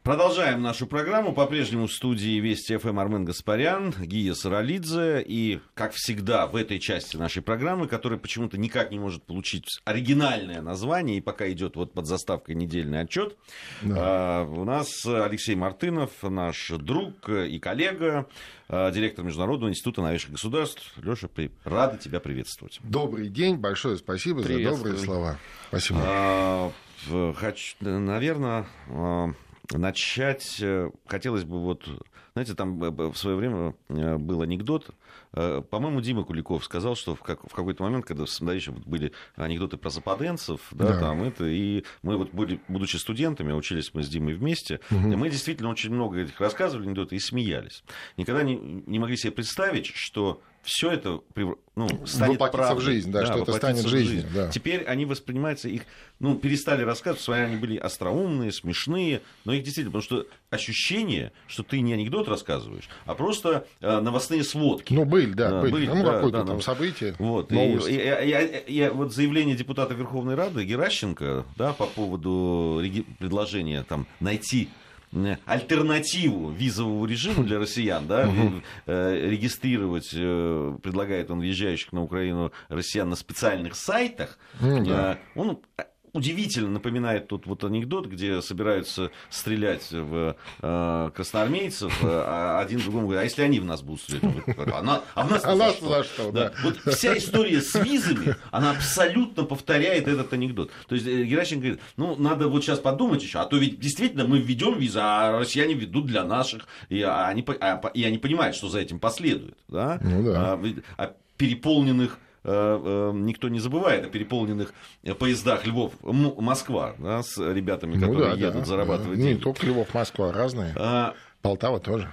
Продолжаем нашу программу. По-прежнему в студии Вести ФМ Армен Гаспарян, Гия Саралидзе. И, как всегда, в этой части нашей программы, которая почему-то никак не может получить оригинальное название, и пока идет вот под заставкой недельный отчет, у нас Алексей Мартынов, наш друг и коллега, директор Международного института новейших государств. Леша, рады тебя приветствовать. Добрый день, большое спасибо за добрые слова. Спасибо. Хочу, наверное, начать хотелось бы вот... Знаете, там в свое время был анекдот. По-моему, Дима Куликов сказал, что в какой-то момент, когда еще были анекдоты про западенцев, да. Там это, и мы вот были, будучи студентами, учились мы с Димой вместе, и мы действительно очень много этих рассказывали анекдоты и смеялись. Никогда не могли себе представить, что все это станет правдой. В жизнь, да, что это станет жизнью. Да. Теперь они воспринимаются, их перестали рассказывать, свои они были остроумные, смешные, но их действительно, потому что ощущение, что ты не анекдот рассказываешь, а просто новостные сводки. Были, да, были. Какое-то там событие, вот. И вот заявление депутата Верховной Рады Геращенко, да, по поводу предложения там, найти альтернативу визового режима для россиян, да, регистрировать, предлагает он въезжающих на Украину россиян на специальных сайтах, он удивительно напоминает тот вот анекдот, где собираются стрелять в красноармейцев, а один другому говорит, а если они в нас будут стрелять? А в нас за что? Да. Вот вся история с визами, она абсолютно повторяет этот анекдот. То есть Геращенко говорит, надо вот сейчас подумать еще, а то ведь действительно мы введем визы, а россияне ведут для наших, и они понимают, что за этим последует. Да? А переполненных никто не забывает о переполненных поездах Львов-Москва, да, с ребятами, которые едут зарабатывать деньги. Не только Львов-Москва, разные. Полтава тоже.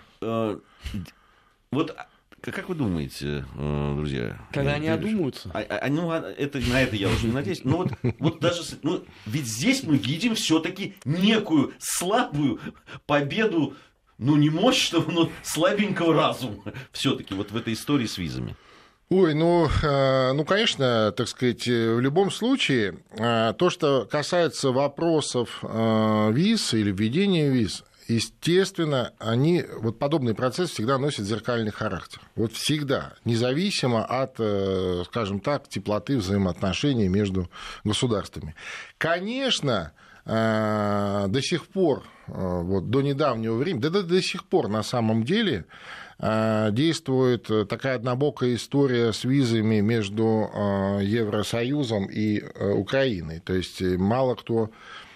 Вот как вы думаете, друзья? Когда они одумаются? На это я уже не надеюсь. Но вот даже... ведь здесь мы видим все-таки некую слабую победу, не мощного, но слабенького разума все-таки вот в этой истории с визами. Ой, конечно, так сказать, в любом случае, то, что касается вопросов виз или введения виз, естественно, вот подобный процесс всегда носит зеркальный характер. Вот всегда, независимо от, скажем так, теплоты взаимоотношений между государствами. Конечно, до сих пор, вот, до недавнего времени, до сих пор на самом деле действует такая однобокая история с визами между Евросоюзом и Украиной. То есть мало кто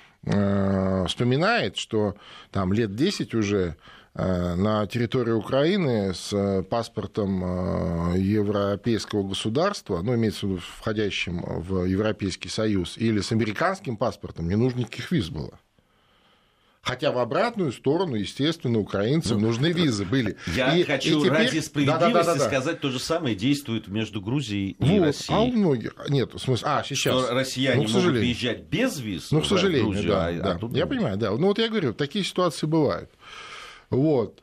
вспоминает, что там лет 10 уже на территории Украины с паспортом европейского государства, имеется в виду входящим в Европейский Союз, или с американским паспортом не нужно никаких виз было. Хотя в обратную сторону, естественно, украинцам нужны визы были. Я хочу теперь, ради справедливости сказать, то же самое действует между Грузией и Россией. А у многих... Нет, в смысле... сейчас. Что россияне могут приезжать без виз к сожалению, в Грузию, да. Я понимаю, да. Вот я говорю, такие ситуации бывают. Вот.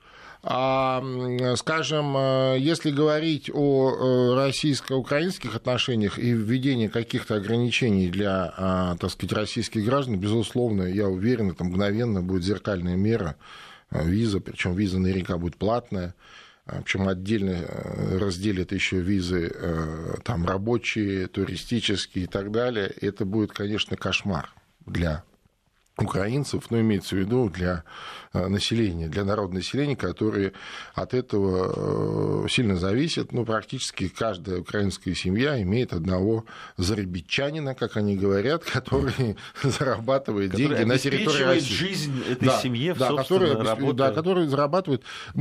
Скажем, если говорить о российско-украинских отношениях и введении каких-то ограничений для, так сказать, российских граждан, безусловно, я уверен, это мгновенно будет зеркальная мера виза, причем виза наверняка будет платная, причем отдельно разделят еще визы там, рабочие, туристические и так далее. Это будет, конечно, кошмар для украинцев, но имеется в виду для населения, для народного населения, которые от этого сильно зависят. Практически каждая украинская семья имеет одного зарабичанина, как они говорят, который зарабатывает деньги на территории России. Жизнь этой семье, который зарабатывает.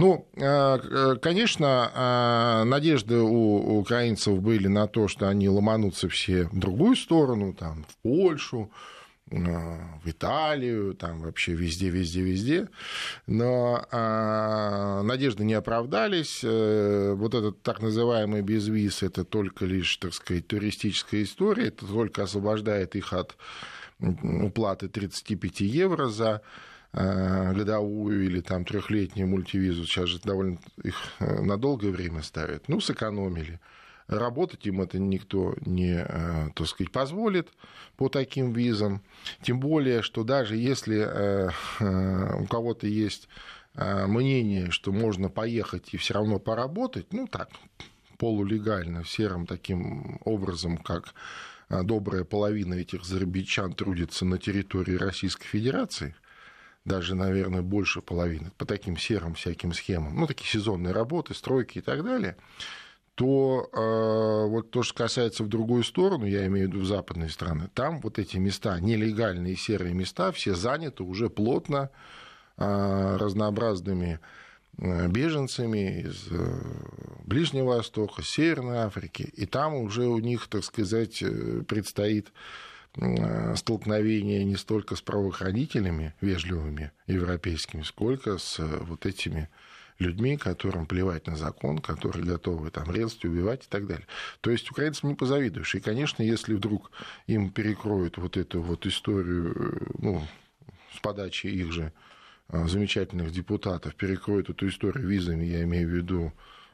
Конечно, надежды у украинцев были на то, что они ломанутся все в другую сторону, там, в Польшу, в Италию, там вообще везде. Но надежды не оправдались. Вот этот так называемый безвиз — это только лишь, так сказать, туристическая история. Это только освобождает их от уплаты 35 евро за годовую или там трехлетнюю мультивизу. Сейчас же довольно их на долгое время ставят. Сэкономили. Работать им это никто не, так сказать, позволит по таким визам. Тем более, что даже если у кого-то есть мнение, что можно поехать и все равно поработать, ну так, полулегально, серым таким образом, как добрая половина этих азербайджан трудится на территории Российской Федерации, даже, наверное, больше половины, по таким серым всяким схемам, ну, такие сезонные работы, стройки и так далее, то вот то, что касается в другую сторону, я имею в виду в западные страны, там вот эти места, нелегальные серые места, все заняты уже плотно разнообразными беженцами из Ближнего Востока, Северной Африки, и там уже у них, так сказать, предстоит столкновение не столько с правоохранителями вежливыми европейскими, сколько с вот этими людьми, которым плевать на закон, которые готовы там резать, убивать и так далее. То есть украинцам не позавидуешь. И, конечно, если вдруг им перекроют вот эту вот историю, ну, с подачи их же замечательных депутатов, перекроют эту историю визами, я имею в виду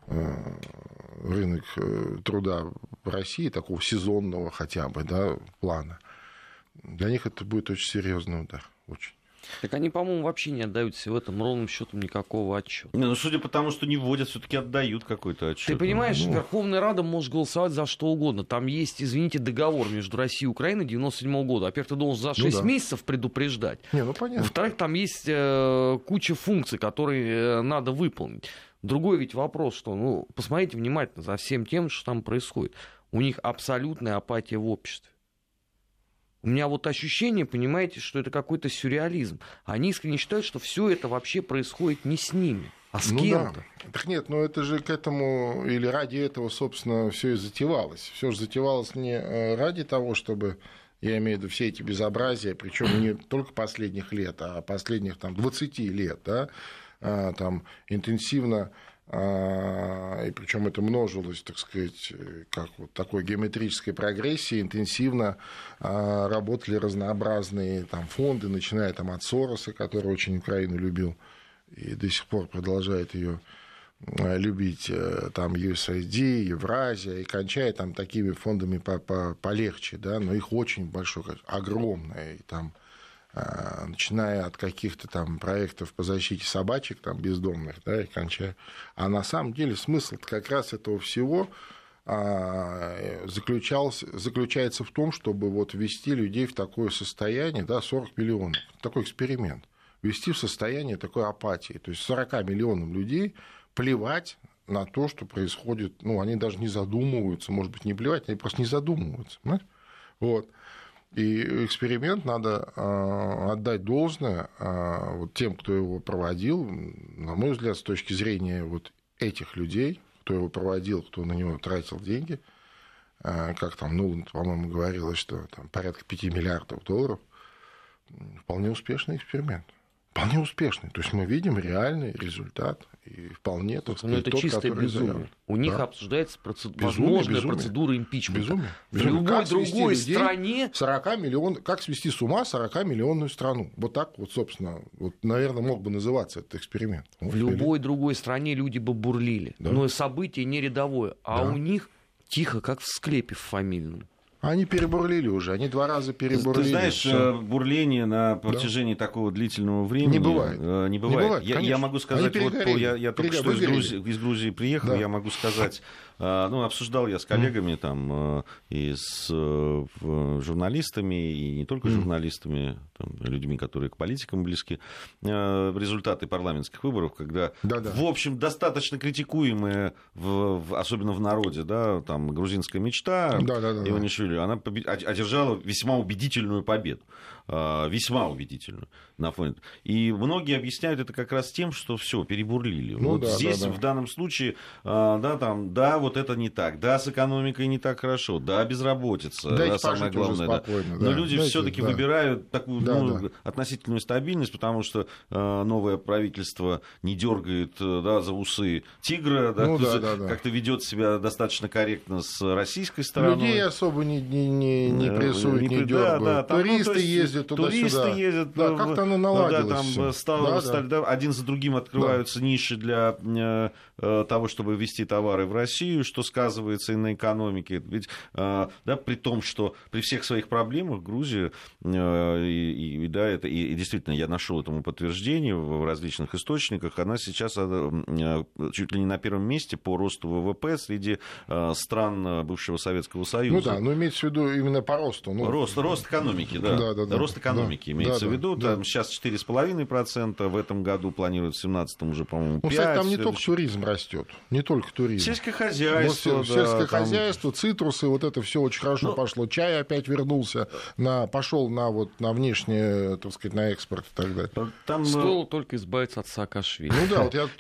рынок труда в России, такого сезонного хотя бы, да, плана, для них это будет очень серьезный удар. Очень. Так они, по-моему, вообще не отдают себе в этом ровным счетом никакого отчета. Ну, судя по тому, что не вводят, все-таки отдают какой-то отчет. Ты понимаешь, Верховная Рада может голосовать за что угодно. Там есть, извините, договор между Россией и Украиной 1997 года. Во-первых, ты должен за 6 месяцев предупреждать. Понятно. Во-вторых, там есть куча функций, которые надо выполнить. Другой ведь вопрос, что, посмотрите внимательно за всем тем, что там происходит. У них абсолютная апатия в обществе. У меня вот ощущение, понимаете, что это какой-то сюрреализм. Они искренне считают, что все это вообще происходит не с ними, а с кем-то. Да. Так нет, это же к этому, или ради этого, собственно, все и затевалось. Все же затевалось не ради того, чтобы, я имею в виду, все эти безобразия, причем не только последних лет, а последних 20 лет, да, там интенсивно, и причем это множилось, так сказать, как вот такой геометрической прогрессии, интенсивно работали разнообразные там фонды, начиная там от Сороса, который очень Украину любил и до сих пор продолжает ее любить, там USAID, Евразия, и кончая там такими фондами полегче, да, но их очень большое, огромное, и там начиная от каких-то там проектов по защите собачек там, бездомных, да, и кончая. А на самом деле смысл как раз этого всего заключается в том, чтобы вот ввести людей в такое состояние, да, 40 миллионов, такой эксперимент, ввести в состояние такой апатии. То есть 40 миллионам людей плевать на то, что происходит, они даже не задумываются, может быть, не плевать, они просто не задумываются. Понимаете? Вот. И эксперимент надо отдать должное вот тем, кто его проводил, на мой взгляд, с точки зрения вот этих людей, кто его проводил, кто на него тратил деньги, как там Нуланд, по-моему, говорилось, что там порядка 5 миллиардов долларов, вполне успешный эксперимент. Вполне успешный. То есть мы видим реальный результат. И вполне, так сказать, это тот, чистое безумие. заявлен. У них обсуждается возможная процедура импичмента. В любой другой стране... 40 миллионов... Как свести с ума 40-миллионную страну? Вот так вот, собственно, наверное, мог бы называться этот эксперимент. В любой другой стране люди бы бурлили. Да. Но событие не рядовое. А у них тихо, как в склепе в фамильном. Они перебурлили уже, они 2 раза перебурлили. Ты знаешь, бурление на протяжении такого длительного времени... Не бывает. Не бывает. Я могу сказать, я только что из Грузии приехал, я могу сказать, обсуждал я с коллегами там, и с журналистами, и не только журналистами, там, людьми, которые к политикам близки, результаты парламентских выборов, когда, в общем, достаточно критикуемые, особенно в народе, да, там, грузинская мечта, Иванишвили, она одержала весьма убедительную победу. Весьма убедительную на фоне. И многие объясняют это как раз тем, что все перебурлили. Здесь в данном случае, вот это не так, с экономикой не так хорошо, безработица, самое главное. Но люди все-таки выбирают такую относительную стабильность, потому что новое правительство не дергает за усы тигра, как-то ведет себя достаточно корректно с российской стороной. Людей особо не прессуют, не дергают. Туристы ездят туда-сюда. Туристы ездят. Как-то оно наладилось. Один за другим открываются ниши для того, чтобы везти товары в Россию. Россию, что сказывается и на экономике. Ведь, да, при том, что при всех своих проблемах Грузия, да, это, и действительно я нашел этому подтверждение в различных источниках, она сейчас чуть ли не на первом месте по росту ВВП среди стран бывшего Советского Союза. Ну да, но имеется в виду именно по росту. Ну... Рост экономики, да. Рост экономики имеется в виду. Там сейчас 4,5%, в этом году планируют в 2017 уже, по-моему, 5%. Ну, кстати, там не только туризм растет, не только туризм. Сельское хозяйство. Сельское хозяйство, цитрусы, вот это все очень хорошо пошло. Чай опять вернулся, пошел на внешнее, так сказать, на экспорт и так далее. Там стоило только избавиться от Саакашвили. Ну да, вот я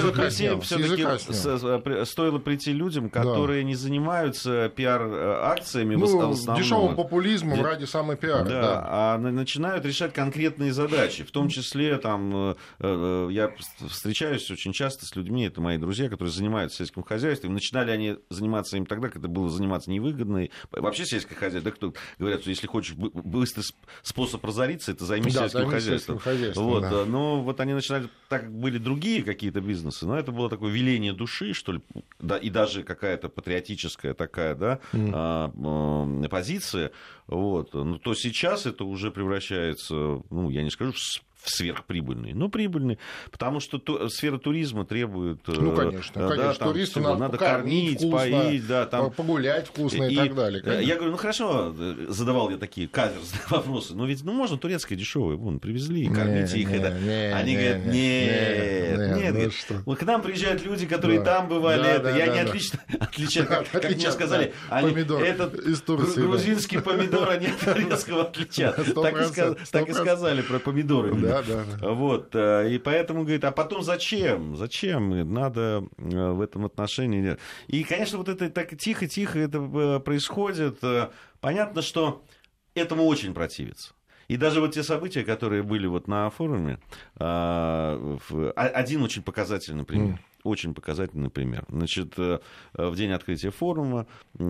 стоило прийти людям, которые не занимаются пиар-акциями в основном. Дешевым популизмом ради самой пиара. Да, а начинают решать конкретные задачи. В том числе, там, я встречаюсь очень часто с людьми, это мои друзья, которые занимаются сельским хозяйством. Начинали они заниматься им тогда, когда было заниматься невыгодно. Вообще сельское хозяйство, да, кто говорят, что если хочешь быстрый способ разориться, это займись сельским хозяйством. Вот, да. Но вот они начинали, так как были другие какие-то бизнесы, но это было такое веление души, что ли, да, и даже какая-то патриотическая такая, да, позиция, вот, но то сейчас это уже превращается, ну, я не скажу, в сверхприбыльный, но прибыльный, потому что сфера туризма требует... Ну, конечно, да, туристу надо кормить, вкусно, поить, да, там, погулять вкусно и так далее. Конечно. Я говорю, ну хорошо, задавал я такие каверзные вопросы, но ведь, можно турецкое дешевое, привезли, кормите их. Они говорят, нет, к нам приезжают люди, которые там бывали, и они отличают, как мне сказали, этот грузинский помидор они от турецкого отличат. Так и сказали про помидоры. Да. Вот, и поэтому, говорит, а потом зачем? Надо в этом отношении... И, конечно, вот это так тихо-тихо это происходит. Понятно, что этому очень противится. И даже вот те события, которые были вот на форуме, один очень показательный пример. Очень показательный пример. Значит, в день открытия форума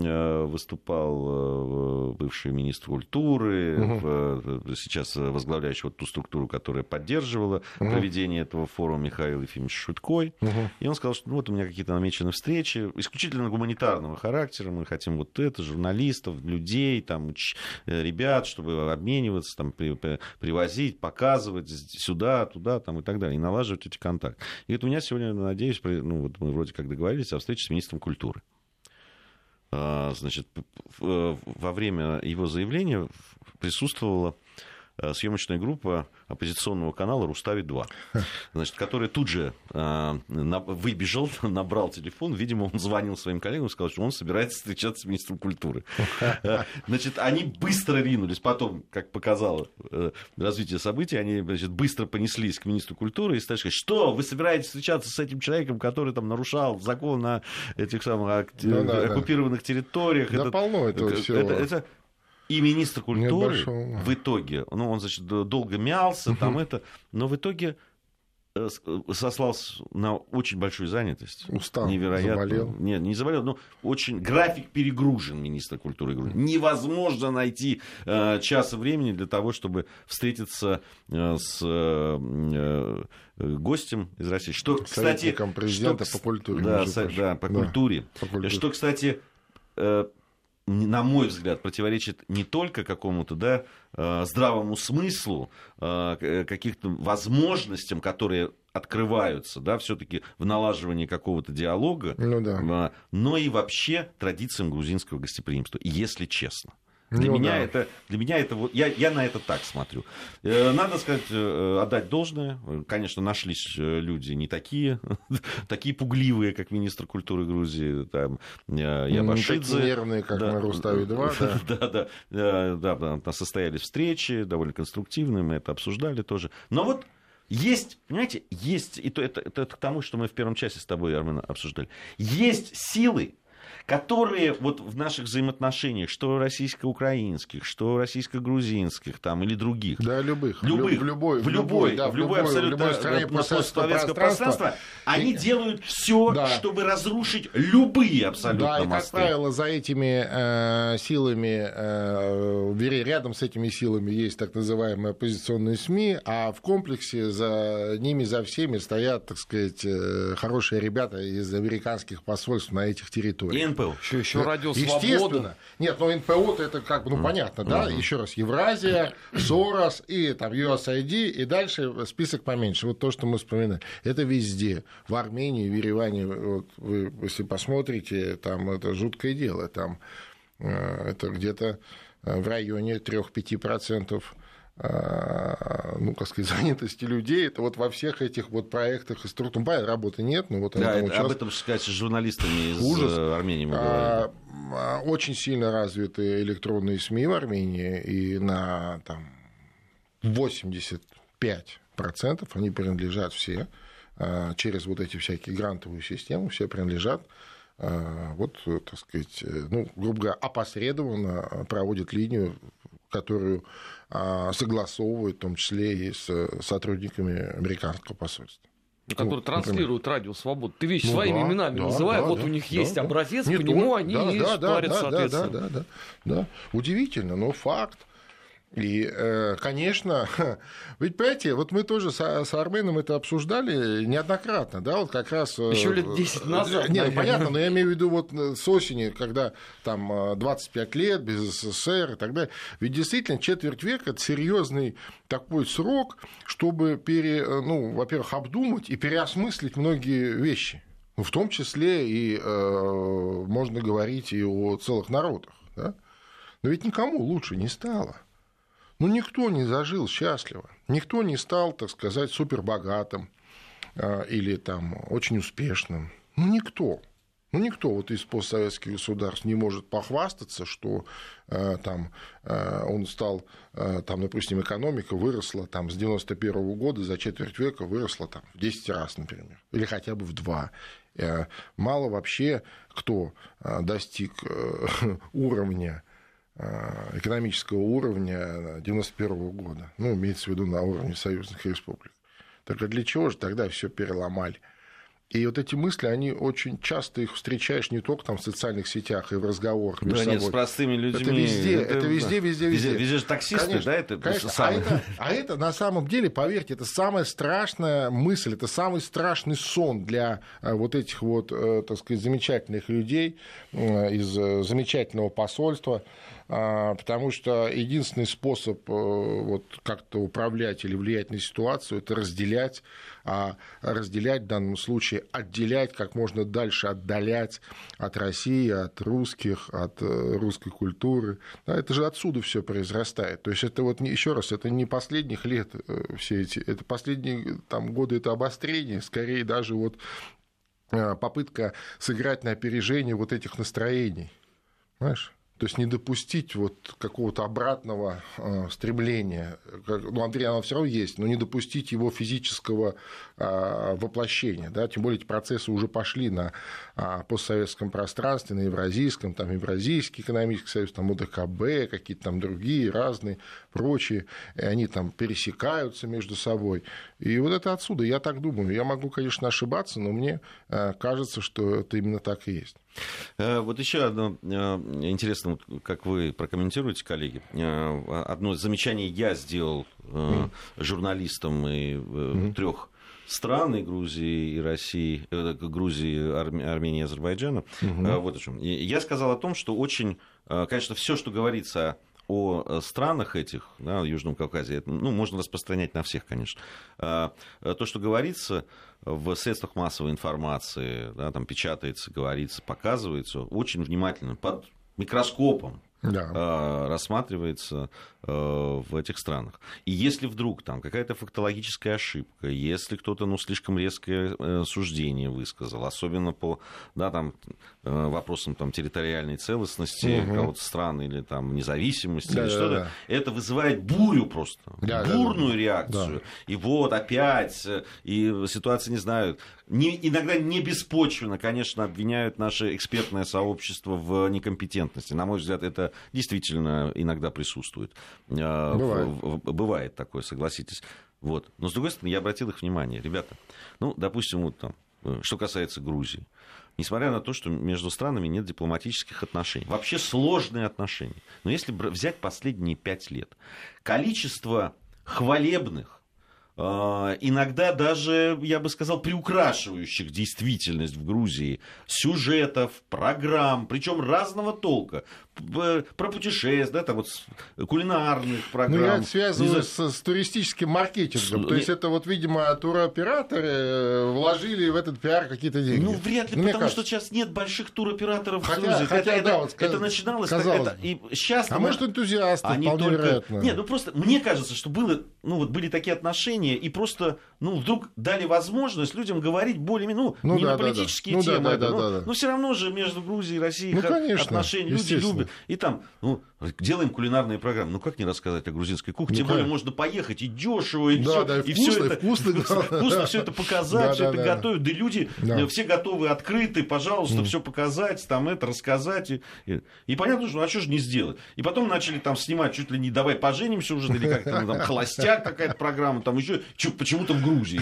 выступал бывший министр культуры, сейчас возглавляющий ту структуру, которая поддерживала проведение этого форума, Михаил Ефимович Шуткой. И он сказал, что у меня какие-то намечены встречи исключительно гуманитарного характера. Мы хотим журналистов, людей, там, ребят, чтобы обмениваться, там, привозить, показывать сюда, туда, там, и так далее, и налаживать эти контакты. И говорит, у меня сегодня, надеюсь, мы вроде как договорились о встрече с министром культуры. Значит, во время его заявления присутствовала съемочная группа оппозиционного канала «Рустави-2», значит, который тут же выбежал, набрал телефон, видимо, он звонил своим коллегам и сказал, что он собирается встречаться с министром культуры. Значит, они быстро ринулись, потом, как показало развитие событий, они, значит, быстро понеслись к министру культуры и стали сказать, что вы собираетесь встречаться с этим человеком, который там нарушал закон на этих самых оккупированных территориях. Да, полно этого всего. И министр культуры в итоге, он, значит, долго мялся, но в итоге сослался на очень большую занятость. Устал, невероятно. заболел. Нет, не заболел, но очень график перегружен министра культуры. Невозможно найти часа времени для того, чтобы встретиться с гостем из России. Что, кстати, советником президента по культуре. По культуре. Что, кстати, на мой взгляд, противоречит не только какому-то здравому смыслу, каким-то возможностям, которые открываются, все-таки в налаживании какого-то диалога, но и вообще традициям грузинского гостеприимства, если честно. Для меня это я на это так смотрю. Надо сказать, отдать должное. Конечно, нашлись люди не такие пугливые, как министр культуры Грузии, там, Ябашидзе. Нервные, как на Рустави-2. Да, состоялись встречи, довольно конструктивные, мы это обсуждали тоже. Но вот есть, понимаете, и это к тому, что мы в первом часе с тобой, Армен, обсуждали. Есть силы, которые вот в наших взаимоотношениниях, что российско-украинских, что российско-грузинских там, или других. Да, любых. В любой абсолютно стране постсоветского пространства, они делают все, чтобы разрушить любые абсолютно мосты. Как правило, за этими силами, рядом с этими силами есть так называемые оппозиционные СМИ, а в комплексе за ними, за всеми стоят, так сказать, хорошие ребята из американских посольств на этих территориях. И НПО. Еще Радио Свобода. Естественно. Нет, но НПО это как бы, понятно, да? Еще раз, Евразия, Сорос и там USAID, и дальше список поменьше. Вот то, что мы вспоминали. Это везде. В Армении, в Ереване, вот вы, если посмотрите, там это жуткое дело. Там это где-то в районе 3-5%. Ну, как сказать, занятости людей, это вот во всех этих вот проектах и структурах. Работы нет, но вот они там об этом, кстати, с журналистами из Армении мы говорили. Очень сильно развиты электронные СМИ в Армении, и на там 85% они принадлежат все через вот эти всякие грантовые системы, все принадлежат, вот, так сказать, ну, грубо говоря, опосредованно проводят линию, которую согласовывают, в том числе и с сотрудниками американского посольства. Которые транслируют Радио Свободу. Ты видишь, своими именами называют, вот у них есть образец, по нему они и шпарят, соответственно. Да. Удивительно, но факт. И, конечно, ведь, понимаете, вот мы тоже с Арменом это обсуждали неоднократно, да, вот как раз... Еще лет 10 назад. Нет, понятно, но я имею в виду вот с осени, когда там 25 лет без СССР и так далее. Ведь действительно четверть века – это серьезный такой срок, чтобы, во-первых, обдумать и переосмыслить многие вещи. В том числе и можно говорить и о целых народах. Да? Но ведь никому лучше не стало. Ну, никто не зажил счастливо, никто не стал, так сказать, супербогатым или там очень успешным. Никто вот из постсоветских государств не может похвастаться, что там он стал, там, допустим, экономика выросла там, с 91 года за четверть века выросла там, в 10 раз, например, или хотя бы в 2. Мало вообще кто достиг уровня, экономического уровня 1991 года. Ну, имеется в виду на уровне союзных республик. Так а для чего же тогда все переломали? И вот эти мысли, они очень часто их встречаешь не только там в социальных сетях и в разговорах между собой. Нет, с простыми людьми. Это везде. Везде же таксисты, конечно, да? Это на самом деле, поверьте, это самая страшная мысль, это самый страшный сон для вот этих вот, так сказать, замечательных людей из замечательного посольства, потому что единственный способ вот как-то управлять или влиять на ситуацию – это разделять, а разделять в данном случае, отделять, как можно дальше отдалять от России, от русских, от русской культуры. Да, это же отсюда все произрастает. То есть это вот, еще раз, это не последних лет все эти, это последние там, годы, это обострение, скорее даже вот попытка сыграть на опережение вот этих настроений. Понимаешь? То есть не допустить вот какого-то обратного стремления. Ну, Андрей, оно все равно есть, но не допустить его физического воплощения. Да? Тем более эти процессы уже пошли на постсоветском пространстве, на евразийском, там Евразийский экономический союз, там ОДКБ, какие-то там другие разные, прочие. И они там пересекаются между собой. И вот это отсюда, я так думаю. Я могу, конечно, ошибаться, но мне кажется, что это именно так и есть. Вот еще одно интересно, как вы прокомментируете, коллеги. Одно замечание я сделал журналистам и 3 стран, и Грузии, и России, Грузии, Армении и Азербайджана. Вот о чем. Я сказал о том, что очень, конечно, все, что говорится о странах этих, да, в Южном Кавказе, это, можно распространять на всех, конечно. То, что говорится в средствах массовой информации, да, там печатается, говорится, показывается, очень внимательно, под микроскопом, рассматривается в этих странах. И если вдруг там какая-то фактологическая ошибка, если кто-то слишком резкое суждение высказал, особенно по вопросам территориальной целостности какого-то страны или независимости, или что-то, это вызывает бурю просто, бурную реакцию. И вот опять, и ситуация, не знаю, иногда не беспочвенно, конечно, обвиняют наше экспертное сообщество в некомпетентности. На мой взгляд, это действительно иногда присутствует. Бывает такое, согласитесь. Вот. Но, с другой стороны, я обратил их внимание. Ребята, допустим, что касается Грузии. Несмотря на то, что между странами нет дипломатических отношений. Вообще сложные отношения. Но если взять последние 5 лет, количество хвалебных, иногда даже, я бы сказал, приукрашивающих действительность в Грузии сюжетов, программ, причем разного толка, про путешествия, кулинарных программ. Я это связываю с туристическим маркетингом. То есть это видимо, туроператоры вложили в этот пиар какие-то деньги. Вряд ли, потому что сейчас нет больших туроператоров в Грузии. Это начиналось и сейчас. Может, энтузиасты, вполне вероятно. Нет, просто мне кажется, что были такие отношения, и просто вдруг дали возможность людям говорить более-менее, не на политические темы, но все равно же между Грузией и Россией отношения, люди любят. И делаем кулинарные программы. Как не рассказать о грузинской кухне? Тем более можно поехать и дешево, и вкусно все это показать, все это готовить. Да люди все готовы, открыты, пожалуйста, все показать, это рассказать. И понятно, что что же не сделать. И потом начали снимать чуть ли не «Давай поженимся» уже, или как-то «Холостяк» какая-то программа, еще почему-то в Грузии,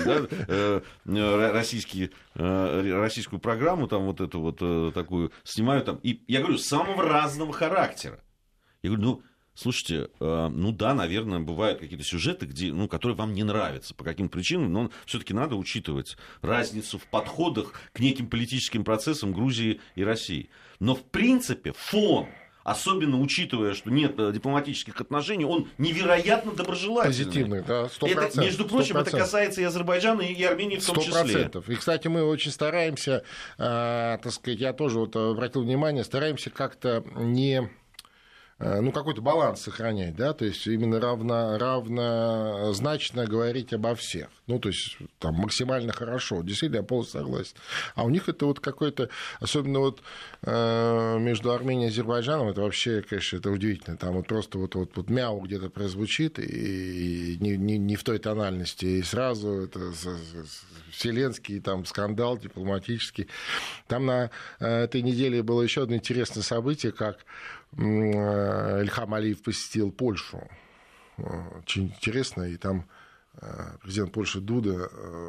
российскую программу эту такую снимают. И я говорю, самого разного характера. Я говорю, слушайте, наверное, бывают какие-то сюжеты, которые вам не нравятся по каким причинам, но все-таки надо учитывать разницу в подходах к неким политическим процессам Грузии и России. Но, в принципе, фон, особенно учитывая, что нет дипломатических отношений, он невероятно доброжелательный. Позитивный, да, 100%. Между прочим, 100%. Это касается и Азербайджана, и Армении в том числе. 100%. И, кстати, мы очень стараемся, я тоже обратил внимание, стараемся как-то не... какой-то баланс сохранять, да, то есть именно равнозначно говорить обо всех. То есть максимально хорошо. Действительно, я полностью согласен. А у них это какой-то, особенно между Арменией и Азербайджаном, это вообще, конечно, это удивительно. Там просто мяу где-то прозвучит, и не в той тональности, и сразу это вселенский скандал дипломатический. Там на этой неделе было еще одно интересное событие, как Ильхам Алиев посетил Польшу. Очень интересно. И там президент Польши Дуда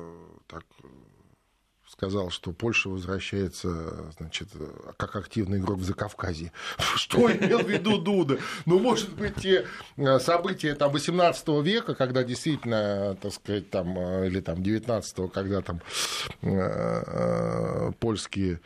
сказал, что Польша возвращается, как активный игрок в Закавказье. Что имел в виду Дуда? Может быть, те события XVIII века, когда действительно, или 19-го, когда польские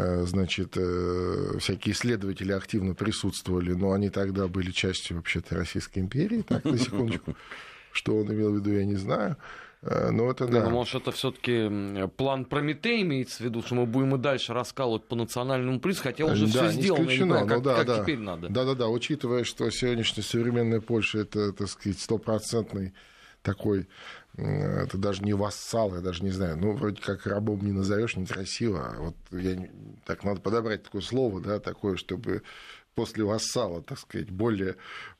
всякие исследователи активно присутствовали, но они тогда были частью вообще-то Российской империи, так, на секундочку. Что он имел в виду, я не знаю. Но это да. Может, это все-таки план Прометей имеется в виду, что мы будем и дальше раскалывать по национальному принципу, хотя уже все сделано, я не знаю, как теперь надо. Да, учитывая, что сегодняшняя современная Польша это, стопроцентный такой, это даже не вассал, я даже не знаю, вроде как рабом не назовешь, некрасиво, так надо подобрать такое слово, да, такое, чтобы после вассала, более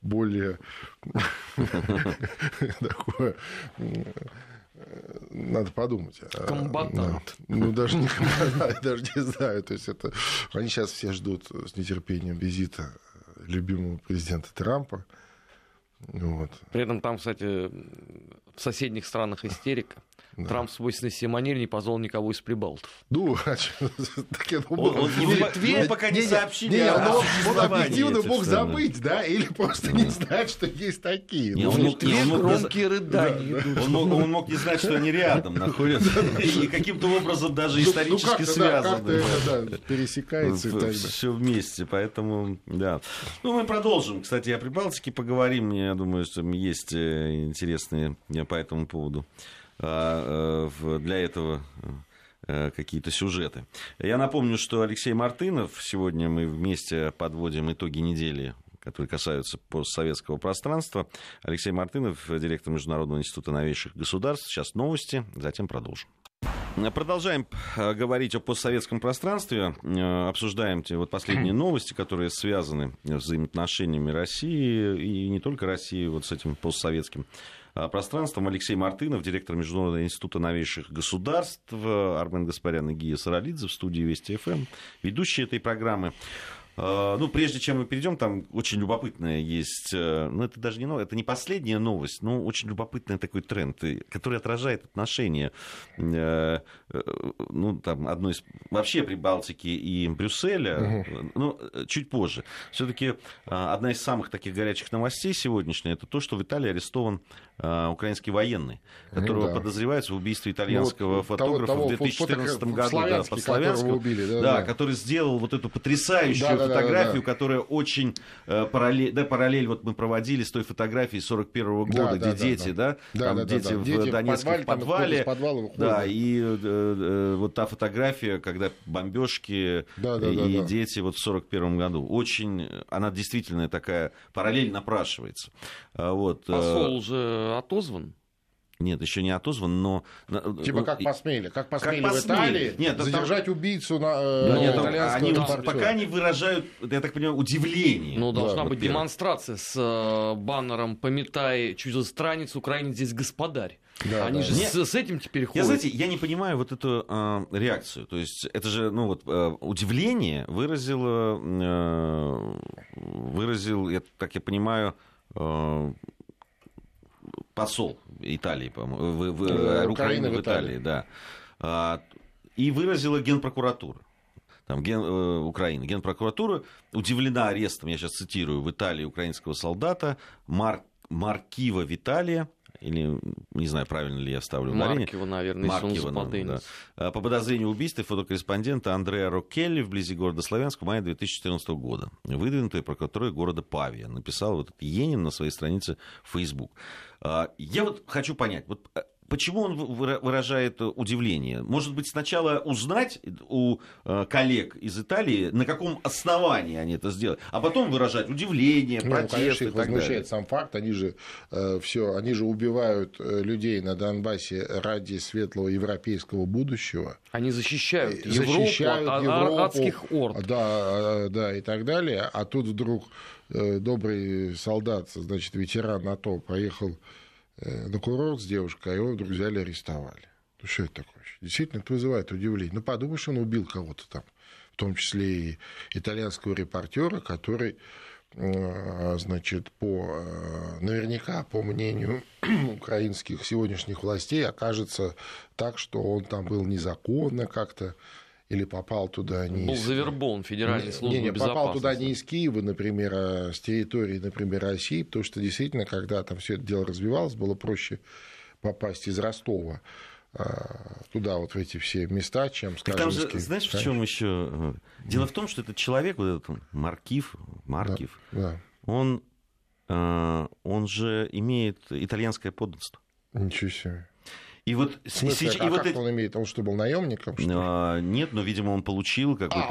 такое, надо подумать. Комбатант. Даже не комбатант, даже не знаю. То есть они сейчас все ждут с нетерпением визита любимого президента Трампа. При этом там, кстати, в соседних странах истерика. Да. Трамп в свойственной себе манере не позвал никого из прибалтов. Пока не сообщили. Он объективно мог забыть, да, или просто не знать, что есть такие. Громкие рыдания. Он мог не знать, что они рядом находятся. И каким-то образом даже исторически связаны. Пересекается и так далее. Все вместе, поэтому, да. Мы продолжим. Кстати, о Прибалтике поговорим. Я думаю, что есть интересные по этому поводу для этого какие-то сюжеты. Я напомню, что Алексей Мартынов, сегодня мы вместе подводим итоги недели которые касаются постсоветского пространства. Алексей Мартынов, директор Международного института новейших государств. Сейчас новости, затем продолжим. Продолжаем говорить о постсоветском пространстве. Обсуждаем те вот последние новости, которые связаны с взаимоотношениями России и не только России вот с этим постсоветским пространством. Алексей Мартынов, директор Международного института новейших государств. Армен Гаспарян и Гия Саралидзе в студии Вести ФМ, ведущие этой программы. Ну, прежде чем мы перейдем, там очень любопытная есть, ну, это даже не новость, это не последняя новость, но очень любопытный такой тренд, который отражает отношения, ну, там, одной из, вообще Прибалтики и Брюсселя, ну, чуть позже. Все-таки одна из самых таких горячих новостей сегодняшней, это то, что в Италии арестован украинский военный, которого подозревается в убийстве итальянского фотографа в 2014 году, под Славянском, который сделал вот эту потрясающую фотографию, которая очень параллель вот мы проводили с той фотографией 41-го года, где дети, дети в Донецком подвале, и вот та фотография, когда бомбежки и дети вот в 41-м году. Очень, она действительно такая параллель напрашивается. Вот. Посол уже отозван? Нет, еще не отозван, но... Типа как посмели в Италии задержать убийцу на итальянского репортера. Пока не выражают, я так понимаю, удивление. Ну, должна быть демонстрация с баннером «Пометай чужестранец, украинец здесь господарь». Они же с этим теперь ходят. Знаете, я не понимаю вот эту реакцию. То есть это же, ну вот, удивление выразил, так я понимаю, посол Италии, по-моему, Украины в Италии, да. И выразила Генпрокуратура. Там, Украины. Генпрокуратура удивлена арестом, я сейчас цитирую, в Италии украинского солдата Маркива Виталия, или, не знаю, правильно ли я ставлю ударение. Маркива, наверное, если он западенец. По подозрению в убийстве фотокорреспондента Андреа Роккелли вблизи города Славянска в мае 2014 года, выдвинутый прокуратурой города Павия. Написал вот этот Енин на своей странице в Facebook. Я вот хочу понять, вот почему он выражает удивление? Может быть, сначала узнать у коллег из Италии, на каком основании они это сделали, а потом выражать удивление, протест, конечно, их и так возмущает далее. сам факт. Они же убивают людей на Донбассе ради светлого европейского будущего. Они защищают Европу от адских орд. Да, и так далее. А тут вдруг добрый солдат, значит, ветеран НАТО, поехал на курорт с девушкой, а его вдруг взяли, арестовали. Ну, что это такое? Действительно, это вызывает удивление. Ну, подумаешь, он убил кого-то там, в том числе и итальянского репортера, который, значит, наверняка, по мнению украинских сегодняшних властей, окажется так, что он там был незаконно как-то, или попал туда не был завербован Федеральной службой безопасности. Попал туда не из Киева, например, а с территории, например, России, потому что действительно, когда там все это дело развивалось, было проще попасть из Ростова туда, вот в эти все места, чем, скажем... Там же, знаешь, в чем еще? Дело в том, что этот человек, вот этот Маркив, он же имеет итальянское подданство. Ничего себе. И вот, как он имеет? Он что, был наемником? Нет, но, видимо, он получил какой-то...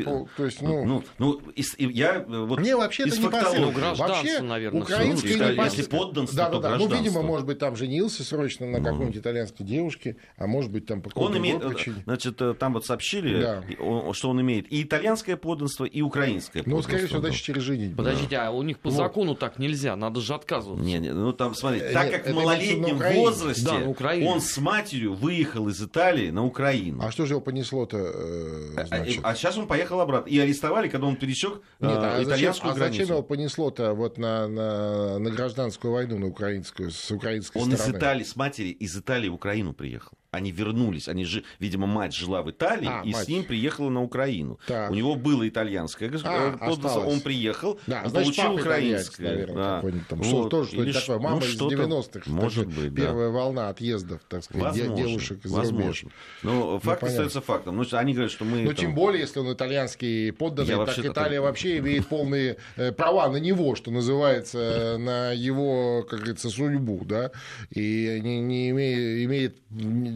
Не, вообще это не фактологии. Гражданство, наверное. Если подданство, то гражданство. Ну, видимо, может быть, там женился срочно на какой-нибудь итальянской девушке, а может быть, там по какой-то причине. Значит, там вот сообщили, что он имеет и итальянское подданство, и украинское подданство. Ну, скорее всего, даже через женитьбу. Подождите, а у них по закону так нельзя, надо же отказываться. Не, ну там, смотрите, так как в малолетнем возрасте он с матерью выехал из Италии на Украину. А что же его понесло-то? А сейчас он поехал обратно. И арестовали, когда он пересек итальянскую границу. Зачем его понесло-то вот на гражданскую войну на украинскую, с украинской стороны? Он из Италии, с матери из Италии в Украину приехал. Они вернулись. Видимо, мать жила в Италии, с ним приехала на Украину. Так. У него было итальянское подданство, он приехал, получил украинское. Наверное, что-то такое. Мама из 90-х. Может быть, первая волна отъездов, так сказать, девушек из рубежа. Но факт остается фактом. Ну, они говорят, что мы... Ну, тем более, если он итальянский подданный, так Италия вообще имеет полные права на него, что называется, на его, как говорится, судьбу, да, и не имеет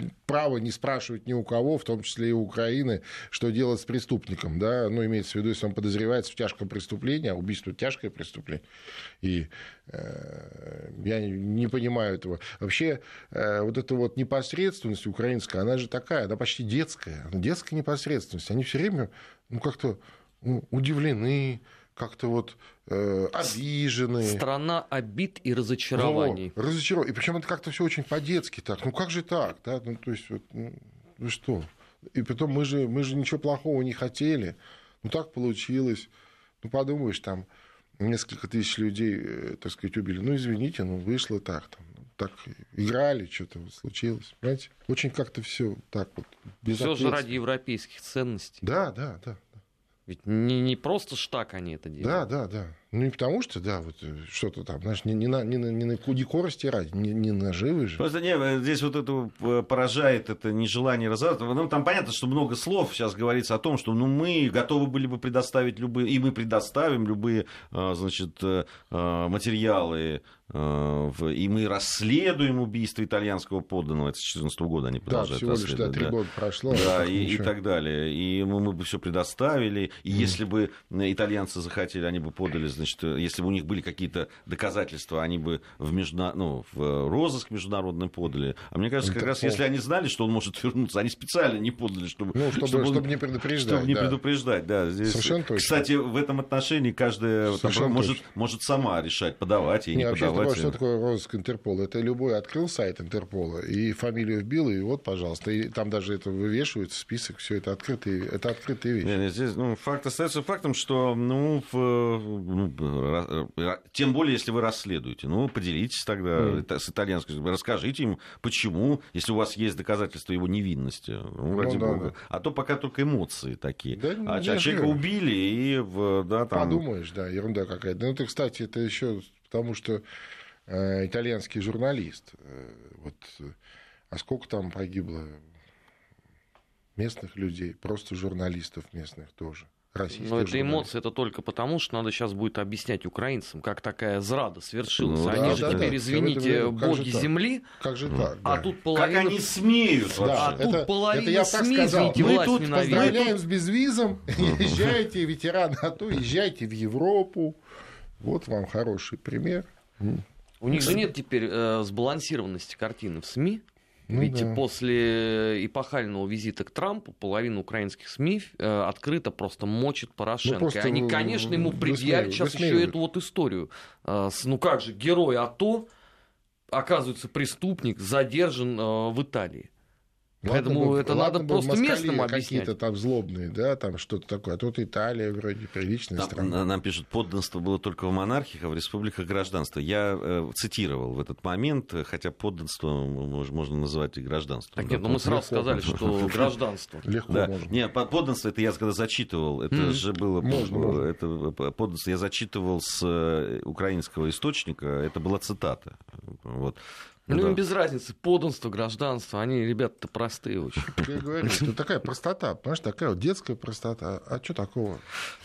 право не спрашивать ни у кого, в том числе и у Украины, что делать с преступником, да, ну, имеется в виду, если он подозревается в тяжком преступлении, а убийство — тяжкое преступление, и я не понимаю этого. Вообще, вот эта вот непосредственность украинская, она же такая, она почти детская непосредственность, они все время, ну, как-то удивлены, как-то вот обижены. Страна обид и разочарований. И причем это как-то все очень по-детски так. Ну как же так? Да? Ну, то есть, вот, ну что? И потом мы же ничего плохого не хотели. Ну так получилось. Ну подумаешь, там несколько тысяч людей, так сказать, убили. Ну извините, ну вышло так. Там, так играли, что-то вот случилось. Понимаете? Очень как-то все так вот безответственно. Все же ради европейских ценностей. Да. Ведь не просто ж так они это делают. Да. Ну, не потому что, да, вот что-то там, знаешь, не на корости ради, не наживы же. Просто здесь вот это поражает это нежелание разобраться. Ну, там понятно, что много слов сейчас говорится о том, что мы готовы были бы предоставить любые, и мы предоставим любые, значит, материалы, и мы расследуем убийство итальянского подданного. Это с 2014 года они продолжают расследовать. Да, всего лишь 3 года прошло. Да, и так далее. И мы бы все предоставили. И если бы итальянцы захотели, они бы подали, значит, если бы у них были какие-то доказательства, они бы в розыск международный подали. А мне кажется, как раз если они знали, что он может вернуться, они специально не подали, чтобы не предупреждать. Чтобы не предупреждать, да. Здесь, совершенно точно. Кстати, в этом отношении каждая может сама решать, подавать и не подавать. Что такое розыск Интерпола? Это любой открыл сайт Интерпола и фамилию вбил, и вот, пожалуйста. И там даже это вывешивается, список, все это открытые вещи. Здесь, факт остается фактом, что тем более, если вы расследуете, поделитесь тогда с итальянской, расскажите им, почему, если у вас есть доказательства его невинности, ради бога. Да. А то пока только эмоции такие. Да, человека убили, и там... Подумаешь, да, ерунда какая-то. Это, кстати, это еще потому, что итальянский журналист, а сколько там погибло местных людей, просто журналистов местных тоже. Но это эмоции, это только потому, что надо сейчас будет объяснять украинцам, как такая зрада свершилась. Они же теперь, извините, боги земли. Как же так? А тут половина... Как они смеют вообще? А тут половина СМИ, извините, власть ненавидит. Мы тут поздравляем с безвизом. Езжайте, ветераны АТО, езжайте в Европу. Вот вам хороший пример. У них же нет теперь сбалансированности картины в СМИ. Видите, после эпохального визита к Трампу половина украинских СМИ открыто просто мочит Порошенко. И они, конечно, ему предъявят сейчас еще эту вот историю. Как же, герой АТО, оказывается, преступник, задержан в Италии. Поэтому это надо просто местным объяснять. Какие-то там злобные, да, там что-то такое. А тут Италия вроде приличная страна. Нам пишут, подданство было только в монархиях, а в республиках гражданство. Я цитировал в этот момент, хотя подданство можно называть и гражданством. Так нет, но мы сразу сказали, что гражданство. Легко можно. Нет, подданство, это я когда зачитывал, это же было... Это подданство я зачитывал с украинского источника, это была цитата. Вот. Им без разницы, подданство, гражданство, они, ребята-то простые очень. Я говорю, это такая простота, понимаешь, такая вот детская простота. А что такого?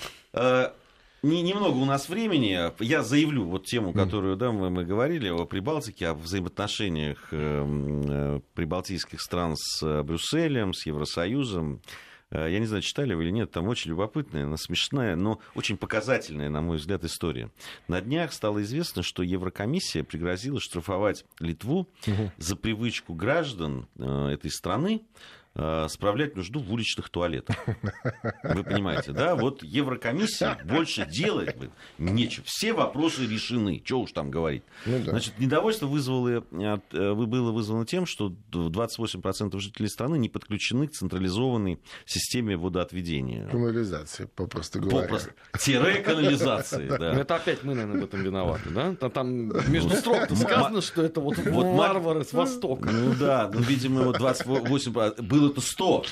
Немного у нас времени. Я заявлю вот тему, которую мы говорили о Прибалтике, о взаимоотношениях прибалтийских стран с Брюсселем, с Евросоюзом. Я не знаю, читали вы или нет, там очень любопытная, смешная, но очень показательная, на мой взгляд, история. На днях стало известно, что Еврокомиссия пригрозила штрафовать Литву за привычку граждан этой страны справлять нужду в уличных туалетах. Вы понимаете, да? Вот Еврокомиссия больше делать нечего. Все вопросы решены. Чего уж там говорить. Значит, недовольство было вызвано тем, что 28% жителей страны не подключены к централизованной системе водоотведения. Канализации, попросту говоря. Канализации, да. Это опять мы, наверное, в этом виноваты, да? Там между строк сказано, что это вот варвары с Востока. Ну да, видимо, 28%. Было-то 100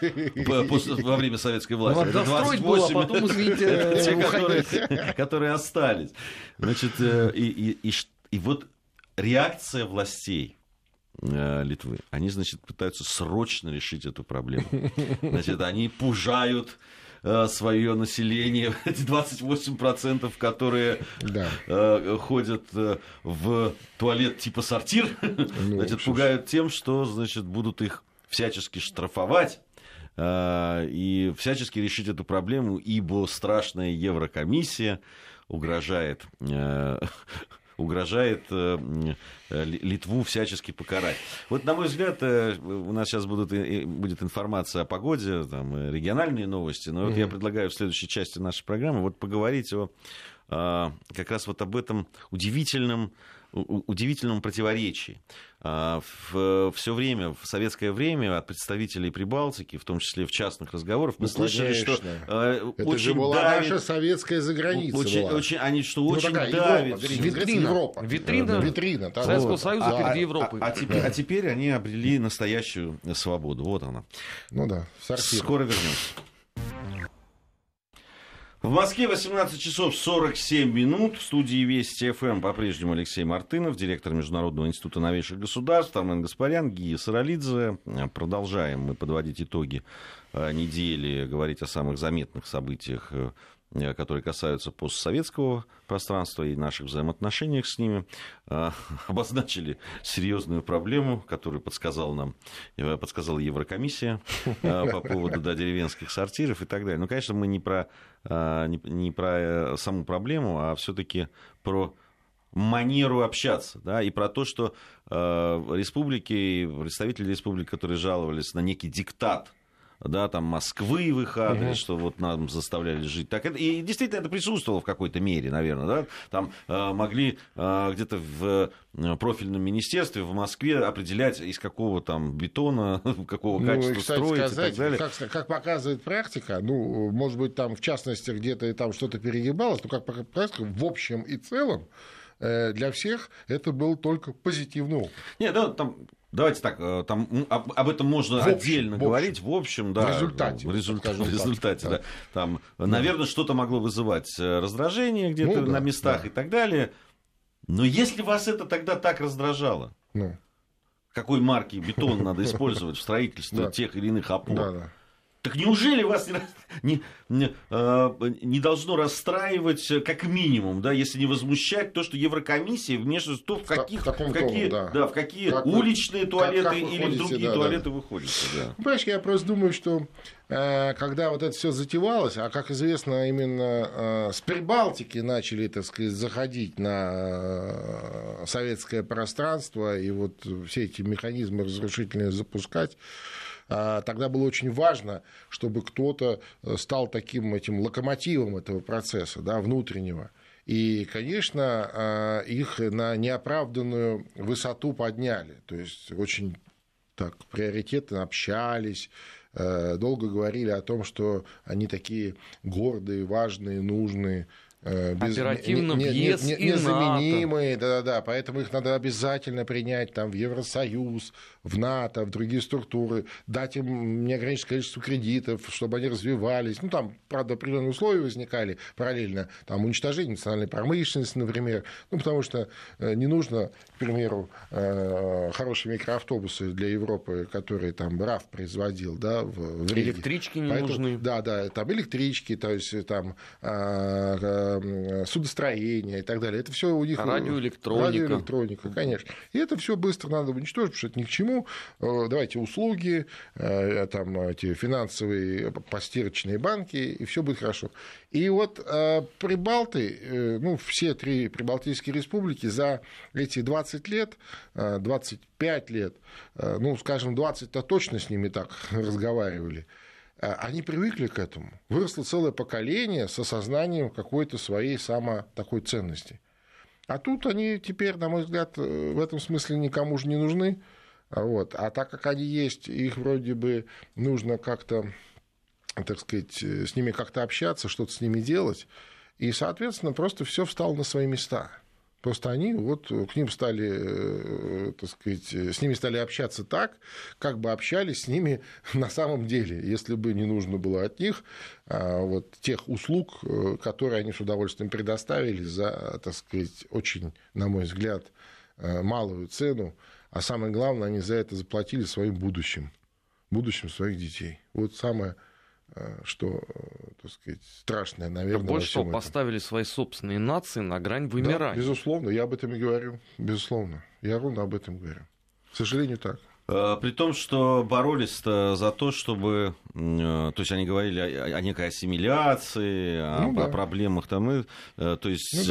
во время советской власти. Это 28, было, а потом, извините, те, которые остались. Значит, и вот реакция властей Литвы. Они, значит, пытаются срочно решить эту проблему. Значит, они пужают свое население, эти 28%, которые ходят в туалет типа сортир, пугают тем, что, будут их всячески штрафовать и всячески решить эту проблему, ибо страшная Еврокомиссия угрожает Литву всячески покарать. Вот, на мой взгляд, у нас сейчас будет информация о погоде, там, региональные новости, но вот я предлагаю в следующей части нашей программы поговорить как раз об этом удивительном противоречии. Все время, в советское время, от представителей Прибалтики, в том числе в частных разговорах, мы слышали, что это очень же была давит... наша советская заграница. Они что очень давит. Витрина. Советского Союза перед Европой. А теперь они обрели настоящую свободу. Вот она. Ну да, скоро вернемся. В Москве 18 часов 47 минут. В студии Вести ФМ по-прежнему Алексей Мартынов, директор Международного института новейших государств, Армен Гаспарян, Гия Саралидзе. Продолжаем мы подводить итоги недели, говорить о самых заметных событиях, которые касаются постсоветского пространства и наших взаимоотношениях с ними. Обозначили серьезную проблему, которую подсказала Еврокомиссия по поводу деревенских сортиров и так далее. Ну, конечно, мы не про саму проблему, а все-таки про манеру общаться, да, и про то, что республики, представители республик, которые жаловались на некий диктат, да, там Москвы в их адрес, что вот нам заставляли жить так. И действительно это присутствовало в какой-то мере, наверное. Да? Там могли где-то в профильном министерстве в Москве определять, из какого там бетона, какого качества строить и так далее. Как показывает практика, может быть, там в частности где-то там что-то перегибалось, но как практика, в общем и целом для всех это был только позитивный опыт. Нет, да, там... Давайте так, там, об этом можно отдельно говорить, в общем, да. В результате, да. Там, наверное, что-то могло вызывать раздражение где-то на местах и так далее. Но если вас это тогда так раздражало, какой марки бетон надо использовать в строительстве тех или иных опор, так неужели вас не должно расстраивать как минимум, да, если не возмущать то, что Еврокомиссия вмешивается в какие уличные туалеты или в другие туалеты выходите. Да. Понимаешь, я просто думаю, что когда вот это все затевалось, а как известно, именно с Прибалтики начали, так сказать, заходить на советское пространство и вот все эти механизмы разрушительные запускать, тогда было очень важно, чтобы кто-то стал таким этим локомотивом этого процесса, да, внутреннего. И, конечно, их на неоправданную высоту подняли. То есть очень так приоритетно общались, долго говорили о том, что они такие гордые, важные, нужные. Оперативно незаменимые, да, поэтому их надо обязательно принять там, в Евросоюз, в НАТО, в другие структуры, дать им неограниченное количество кредитов, чтобы они развивались. Там, правда, определенные условия возникали параллельно, там, уничтожение национальной промышленности, например, потому что не нужно, к примеру, хорошие микроавтобусы для Европы, которые там РАФ производил, да, в Риге. Электрички не нужны. Да, там электрички, то есть там судостроение и так далее. Это все у них... Радиоэлектроника, конечно. И это все быстро надо уничтожить, потому что это ни к чему. Давайте услуги, там, эти финансовые постирочные банки, и все будет хорошо. И вот прибалты, все три прибалтийские республики за эти 20 лет, 25 лет, скажем, 20-то точно с ними так разговаривали, они привыкли к этому. Выросло целое поколение с осознанием какой-то своей такой ценности. А тут они теперь, на мой взгляд, в этом смысле никому же не нужны. А так как они есть, их вроде бы нужно как-то, так сказать, с ними как-то общаться, что-то с ними делать. И, соответственно, просто все встало на свои места. Просто они к ним стали, так сказать, с ними стали общаться так, как бы общались с ними на самом деле, если бы не нужно было от них тех услуг, которые они с удовольствием предоставили за, так сказать, очень, на мой взгляд, малую цену, а самое главное, они за это заплатили своим будущим своих детей. Вот самое, что, так сказать, страшное, наверное. Больше того, поставили свои собственные нации на грань вымирания. Да, безусловно, я об этом и говорю. Безусловно. Я ровно об этом говорю. К сожалению, так. При том, что боролись-то за то, чтобы... То есть они говорили о некой ассимиляции, о проблемах там, то есть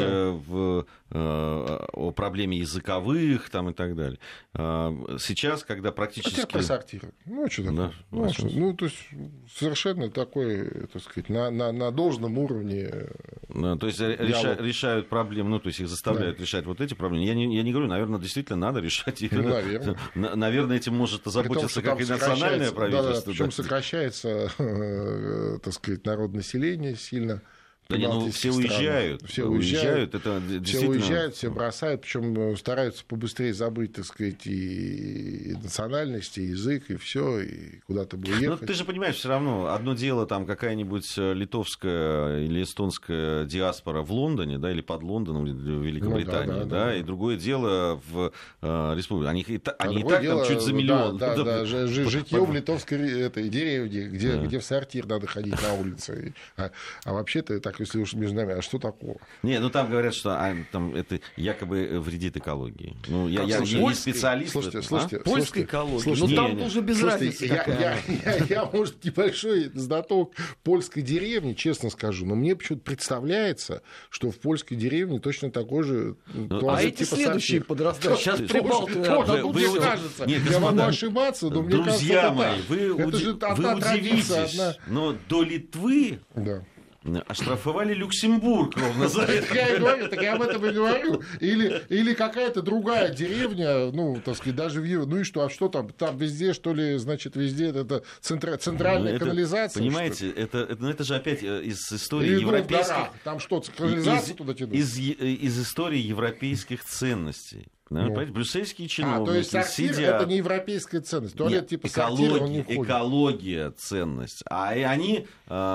о проблеме языковых там, и так далее. Сейчас, когда практически... Хотя про сортиры. Ну, что такое? Да, то есть совершенно такой, так сказать, на должном уровне... То есть решают проблемы, ну, то есть их заставляют решать вот эти проблемы. Я не говорю, наверное, действительно надо решать их. Наверное. Наверное, этим может озаботиться как и национальное правительство. Да, причем сокращается, так сказать, народонаселение сильно. Да не, ну все уезжают. Все уезжают. Это все уезжают, все бросают, причем стараются побыстрее забыть, так сказать, и национальность, и язык, и все, и куда-то бы уехать. Ну, ты же понимаешь, все равно одно дело там какая-нибудь литовская или эстонская диаспора в Лондоне, да, или под Лондоном, в Великобритании, да, и другое дело в республике. Они и так там чуть за миллион. Да, житье в литовской этой деревне, где в сортир надо ходить на улице. А вообще-то так, если уж между нами, а что такого? Не, ну там говорят, что там это якобы вредит экологии. Ну, я не специалист. Слушайте, польской экологии. Ну там уже без разницы. Я, может, небольшой знаток польской деревни, честно скажу, но мне почему-то представляется, что в польской деревне точно такой же... А эти следующие подрастают. Сейчас Прибалты тоже кажется. Я могу ошибаться, но мне кажется, друзья мои, вы удивитесь, но до Литвы... Оштрафовали Люксембург ровно за это. Так я об этом и говорю. Или какая-то другая деревня, ну, так сказать, даже в Европе. Ну и что, а что там? Там везде, что ли, значит, везде это центральная канализация? Понимаете, это же опять из истории европейских... Там что, канализацию туда тянут? Из истории европейских ценностей. Брюссельские чиновники то есть сортир сидят... это не европейская ценность. Туалет типа сортира, он не входит. Экология ценность. А они...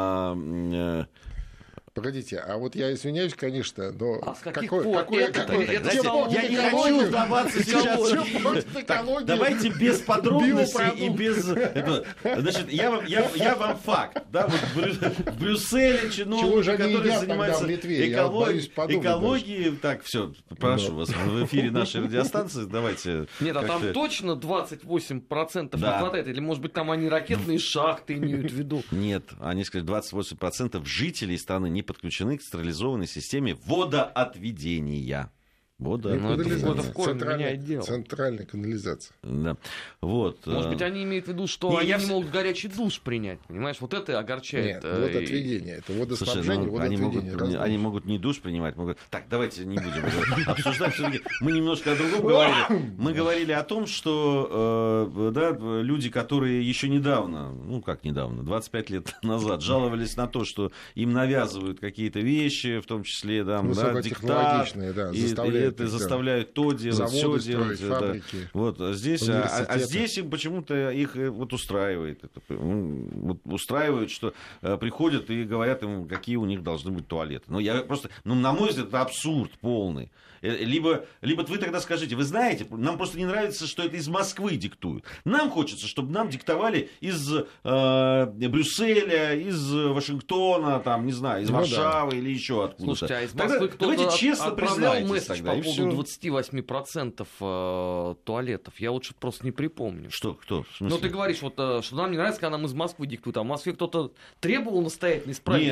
Погодите, а вот я извиняюсь, конечно, но... А с каких пор? Я не хочу вдаваться сейчас... Давайте без подробностей и без... Значит, я вам факт. В Брюсселе чиновники, которые занимаются экологией... Так, все, прошу вас, в эфире нашей радиостанции, давайте... Нет, а там точно 28% не хватает? Или, может быть, там они ракетные шахты имеют в виду? Нет, они сказали, 28% жителей страны не подключены к централизованной системе водоотведения. Центральная канализация. Да. Вот. Может быть, они имеют в виду, что они не могут горячий душ принять. Понимаешь, вот это огорчает. Нет, водоотведение. Это водоснабжение, водоотведение. Они могут не душ принимать. Так, давайте не будем обсуждать. Мы немножко о другом говорили. Мы говорили о том, что люди, которые еще недавно, 25 лет назад, жаловались на то, что им навязывают какие-то вещи, в том числе диктат, заставляют то делать, все делать. Фабрики, вот здесь, здесь им почему-то их устраивает. Устраивает, что приходят и говорят им, какие у них должны быть туалеты. На мой взгляд, это абсурд полный. Либо вы тогда скажите, вы знаете, нам просто не нравится, что это из Москвы диктуют. Нам хочется, чтобы нам диктовали из Брюсселя, из Вашингтона, там, не знаю, из Варшавы или еще откуда-то. Слушайте, а из Москвы давайте честно признайтесь месседж по поводу 28% туалетов. Я лучше просто не припомню. Что? Кто? Ну, ты говоришь, что нам не нравится, когда нам из Москвы диктуют. А в Москве кто-то требовал настоятельно исправить.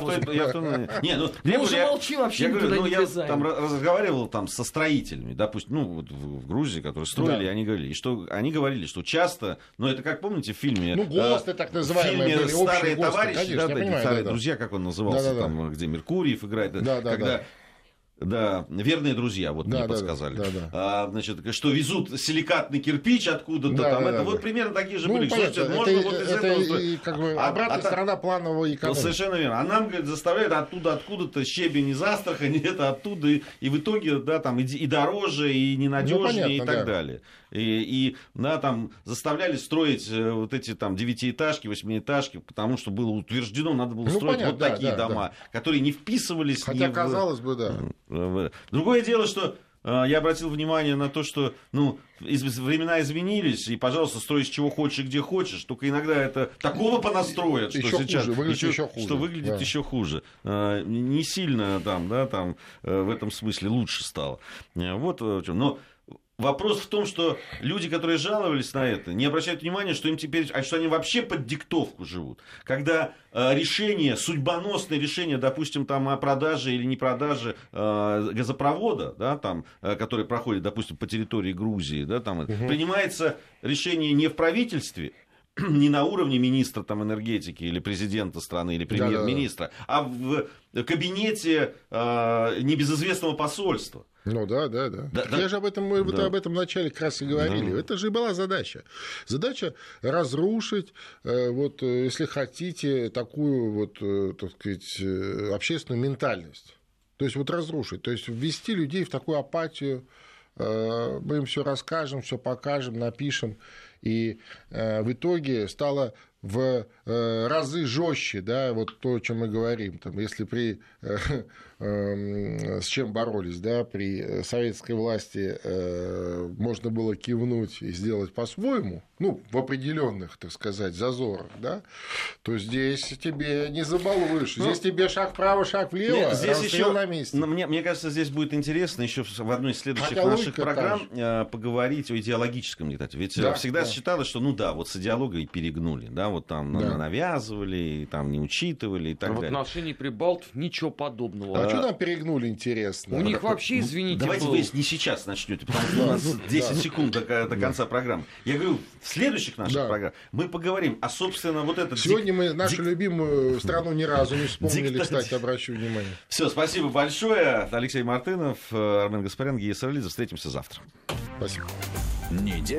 Мы уже молчим, вообще никуда не влезаем. Я там разговаривал со строителями, допустим, в Грузии, которые строили, они говорили, что часто, это как помните в фильме... ГОСТы так называемые были, «Старые товарищи», «Старые друзья», как он назывался, там, где Меркурьев играет, когда... Да, верные друзья, мне подсказали. Значит, что везут силикатный кирпич откуда-то. Вот примерно такие же были. Это обратная сторона планового экономики. Совершенно верно. А нам, говорит, заставляют откуда-то щебень из Астрахани, это оттуда, и в итоге, там и дороже, и ненадежнее, и так далее. И там заставляли строить вот эти там 9-этажки, 8-этажки, потому что было утверждено, надо было строить такие дома, которые не вписывались. Хотя, казалось бы, да. Другое дело, что я обратил внимание на то, что времена изменились, и, пожалуйста, строй с чего хочешь и где хочешь, только иногда это такого понастроят, что сейчас выглядит еще хуже. Не сильно там, в этом смысле лучше стало. Вот в чем. Но вопрос в том, что люди, которые жаловались на это, не обращают внимания, что им теперь, что они вообще под диктовку живут. Когда решение, судьбоносное решение, допустим, там, о продаже или не продаже газопровода, да, там, который проходит, допустим, по территории Грузии, да, там, принимается решение не в правительстве, не на уровне министра там, энергетики или президента страны, или премьер-министра, а в кабинете небезызвестного посольства. Ну да. Я же об этом, мы об этом вначале как раз и говорили. Да. Это же была задача. Задача разрушить, вот, если хотите, такую вот, так сказать, общественную ментальность. То есть вот разрушить, то есть ввести людей в такую апатию. Мы им все расскажем, все покажем, напишем. И в итоге стало в разы жестче, да, вот то, о чем мы говорим. Там, если с чем боролись, да, при советской власти можно было кивнуть и сделать по-своему, в определенных, так сказать, зазорах, да, то здесь тебе не забалуешь. Здесь тебе шаг вправо, шаг влево, здесь еще на месте. Мне кажется, здесь будет интересно еще в одной из следующих наших программ поговорить о идеологическом диктате. Ведь всегда считалось, что вот с идеологией перегнули, да, вот там навязывали, там не учитывали и так далее. В отношении прибалтов ничего подобного. А что там перегнули, интересно? У них вообще, извините, давайте вы не сейчас начнете, потому что у нас 10 секунд до конца программы. Я говорю, в следующих наших программах мы поговорим, собственно, вот это... Сегодня мы нашу любимую страну ни разу не вспомнили, кстати, обращу внимание. Все, спасибо большое. Алексей Мартынов, Армен Гаспарян, Гия Саралидзе. Встретимся завтра. Спасибо.